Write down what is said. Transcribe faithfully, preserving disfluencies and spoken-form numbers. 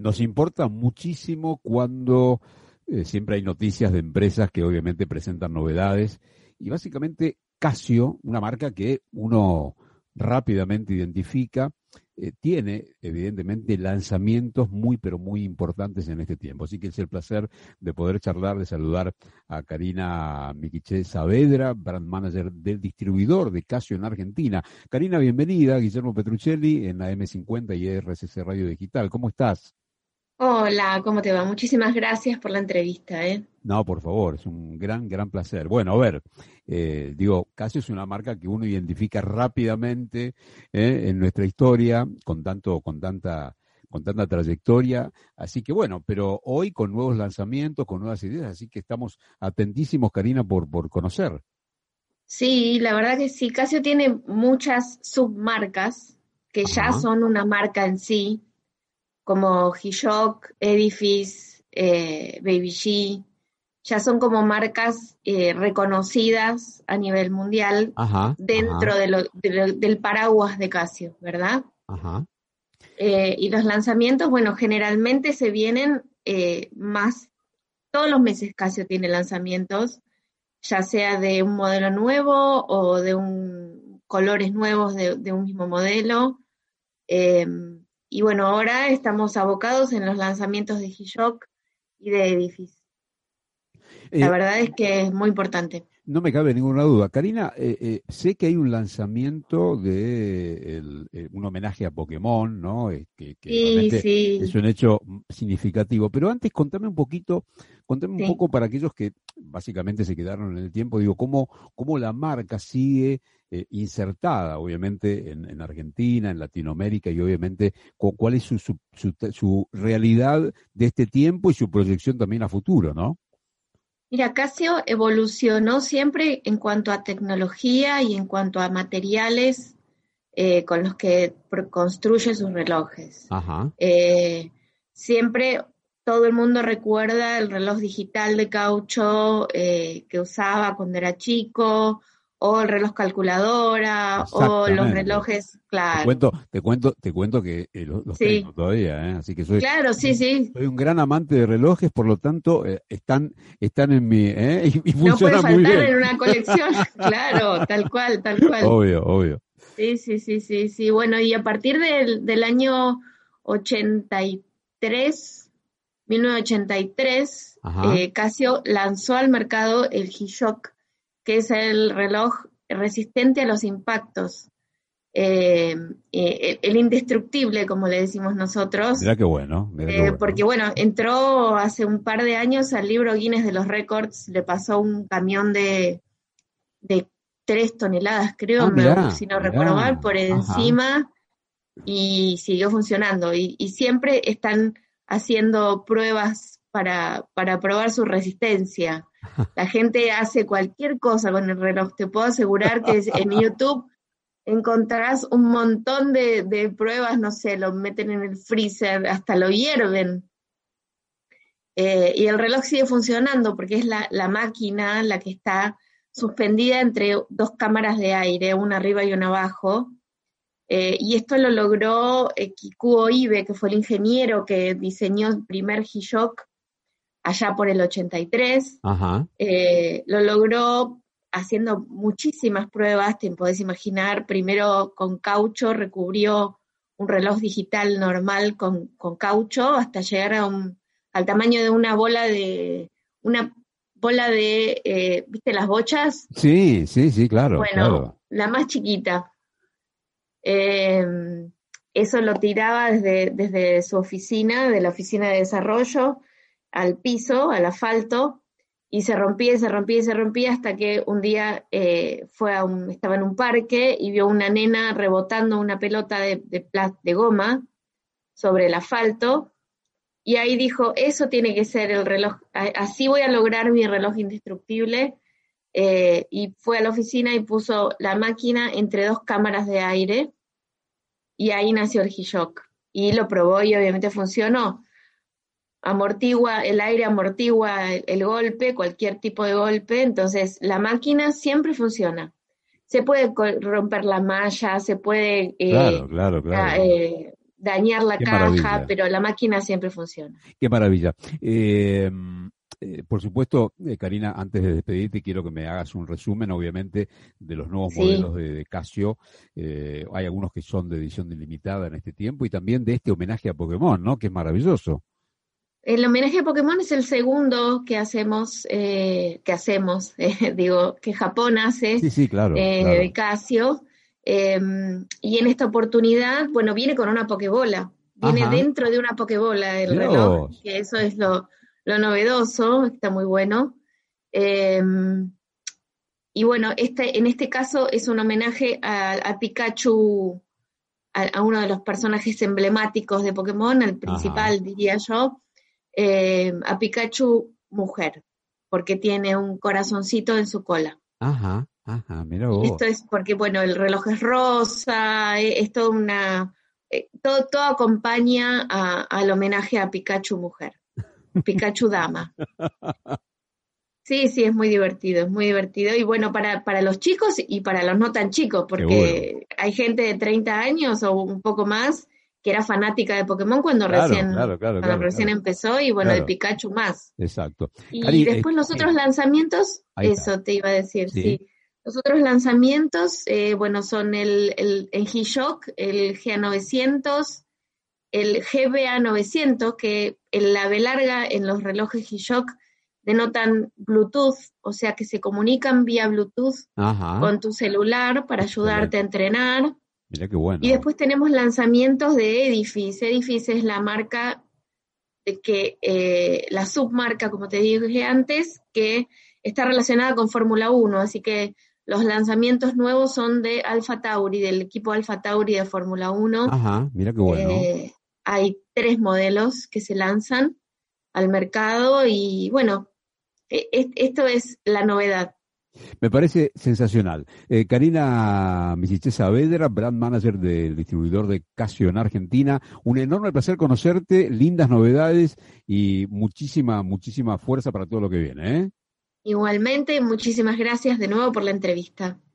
nos importa muchísimo cuando eh, siempre hay noticias de empresas que obviamente presentan novedades y básicamente Casio, una marca que uno rápidamente identifica, eh, tiene evidentemente lanzamientos muy pero muy importantes en este tiempo. Así que es el placer de poder charlar, de saludar a Karina Miquiché Saavedra, brand manager del distribuidor de Casio en Argentina. Karina, bienvenida. Guillermo Petruccelli en la M cincuenta y R S C Radio Digital. ¿Cómo estás? Hola, ¿cómo te va? Muchísimas gracias por la entrevista, ¿eh? No, por favor, es un gran, gran placer. Bueno, a ver, eh, digo, Casio es una marca que uno identifica rápidamente eh, en nuestra historia, con tanto, con tanta, con tanta trayectoria. Así que bueno, pero hoy con nuevos lanzamientos, con nuevas ideas, así que estamos atentísimos, Karina, por, por conocer. Sí, la verdad que sí, Casio tiene muchas submarcas que ya Ajá, son una marca en sí, como G-Shock, Edifice, eh, Baby G, ya son como marcas eh, reconocidas a nivel mundial ajá, ajá, dentro de lo- de lo- del paraguas de Casio, ¿verdad? ajá. Eh, y los lanzamientos, bueno, generalmente se vienen eh, más, todos los meses Casio tiene lanzamientos, ya sea de un modelo nuevo o de un colores nuevos de, de un mismo modelo. Eh, y bueno, ahora estamos abocados en los lanzamientos de G-Shock y de Edifice. La Eh, verdad es que es muy importante. No me cabe ninguna duda. Karina, eh, eh, sé que hay un lanzamiento de el- eh, un homenaje a Pokémon, ¿no? Eh, que, que Sí, realmente es sí, un hecho mm, significativo. Pero antes, contame un poquito, contame un sí. poco para aquellos que básicamente se quedaron en el tiempo, digo, cómo, cómo la marca sigue eh, insertada, obviamente, en, en Argentina, en Latinoamérica, y obviamente cu- cuál es su, su, su, su realidad de este tiempo y su proyección también a futuro, ¿no? Mira, Casio evolucionó siempre en cuanto a tecnología y en cuanto a materiales eh, con los que pro- construye sus relojes. Ajá. Eh, Siempre todo el mundo recuerda el reloj digital de caucho eh, que usaba cuando era chico, o el reloj calculadora, o los Exactamente. relojes, Te claro. cuento, te cuento, te cuento que eh, los, los tengo Sí, todavía, ¿eh? Así que soy, claro, soy sí, un, sí. soy un gran amante de relojes, por lo tanto, eh, están, están en mi, ¿eh? Y, y No puede funcionan muy faltar bien. en una colección, claro, tal cual, tal cual. Obvio, obvio. Sí, sí, sí, sí, sí. Bueno, y a partir del, del año ochenta y tres, mil novecientos ochenta y tres, Ajá. eh, Casio lanzó al mercado el G-Shock, que es el reloj resistente a los impactos, eh, eh, el indestructible, como le decimos nosotros, Mira qué bueno, mira qué eh, bueno. porque bueno, entró hace un par de años al libro Guinness de los Récords, le pasó un camión de, de tres toneladas, creo, Ah, me- mirá, si no recuerdo mirá. mal, por Ajá. encima y siguió funcionando. Y, y siempre están haciendo pruebas para, para probar su resistencia. La gente hace cualquier cosa con el reloj. Te puedo asegurar que en YouTube encontrarás un montón de, de pruebas, no sé, lo meten en el freezer, hasta lo hierven. Eh, y el reloj sigue funcionando porque es la, la máquina la que está suspendida entre dos cámaras de aire, una arriba y una abajo. Eh, y esto lo logró eh, Kikuo Ibe, que fue el ingeniero que diseñó el primer G-Shock allá por el ochenta y tres. Ajá. Eh, lo logró haciendo muchísimas pruebas, te podés imaginar, primero con caucho, recubrió un reloj digital normal con, con caucho hasta llegar a un, al tamaño de una bola de, una bola de, eh, ¿viste las bochas? Sí, sí, sí, claro, Bueno, claro. la más chiquita. Eh, Eso lo tiraba desde, desde su oficina, de la oficina de desarrollo, al piso, al asfalto, y se rompía y se rompía y se rompía hasta que un día eh, fue a un, estaba en un parque y vio una nena rebotando una pelota de, de, de goma sobre el asfalto, y ahí dijo, eso tiene que ser el reloj, así voy a lograr mi reloj indestructible, eh, y fue a la oficina y puso la máquina entre dos cámaras de aire, y ahí nació el G-Shock. Y lo probó y obviamente funcionó. Amortigua, el aire amortigua el, el golpe, cualquier tipo de golpe, entonces la máquina siempre funciona. Se puede romper la malla, se puede Claro, eh, claro, claro, a, claro. eh, dañar la Qué caja, maravilla. pero la máquina siempre funciona. Qué maravilla. Eh, eh, por supuesto, eh, Karina, antes de despedirte, quiero que me hagas un resumen, obviamente, de los nuevos Sí. modelos de, de Casio. Eh, hay algunos que son de edición limitada en este tiempo y también de este homenaje a Pokémon, ¿no? Que es maravilloso. El homenaje a Pokémon es el segundo que hacemos, eh, que hacemos, eh, digo, que Japón hace Sí, sí, claro, eh, claro. de Casio. Eh, y en esta oportunidad, bueno, viene con una Pokébola, viene Ajá. dentro de una Pokébola el Mirá reloj, vos. que eso es lo, lo novedoso, está muy bueno. Eh, y bueno, este, en este caso es un homenaje a, a Pikachu, a, a uno de los personajes emblemáticos de Pokémon, el principal, Ajá. diría yo, eh, a Pikachu mujer, porque tiene un corazoncito en su cola. Ajá. Ajá. Mirá Y vos. esto es porque, bueno, el reloj es rosa, eh, es toda una... eh, todo, todo acompaña a- al homenaje a Pikachu mujer, Pikachu dama. Sí, sí, es muy divertido, es muy divertido. Y bueno, para, para los chicos y para los no tan chicos, Seguro. porque hay gente de treinta años o un poco más que era fanática de Pokémon cuando Claro, recién, claro, claro, cuando claro, recién claro. empezó, y bueno, de Claro. Pikachu más. Exacto. Y Cari, eh, después los otros sí, lanzamientos, ahí está. eso te iba a decir, Sí. sí. Los otros lanzamientos, eh, bueno, son el, el, en G-Shock, el G A novecientos, el G B A novecientos, que en la B larga en los relojes G-Shock denotan Bluetooth, o sea que se comunican vía Bluetooth Ajá. con tu celular para ayudarte a Excelente. entrenar. Mirá qué Y bueno. después tenemos lanzamientos de Edifice. Edifice es la marca de que, eh, la submarca, como te dije antes, que está relacionada con Fórmula uno, así que los lanzamientos nuevos son de Alfa Tauri, del equipo Alfa Tauri de Fórmula uno. Ajá. Mirá qué bueno. Eh, hay tres modelos que se lanzan al mercado y bueno, eh, esto es la novedad. Me parece sensacional. Eh, Karina Michiche Saavedra, brand manager del distribuidor de Casio en Argentina. Un enorme placer conocerte, lindas novedades y muchísima, muchísima fuerza para todo lo que viene, ¿eh? Igualmente, muchísimas gracias de nuevo por la entrevista.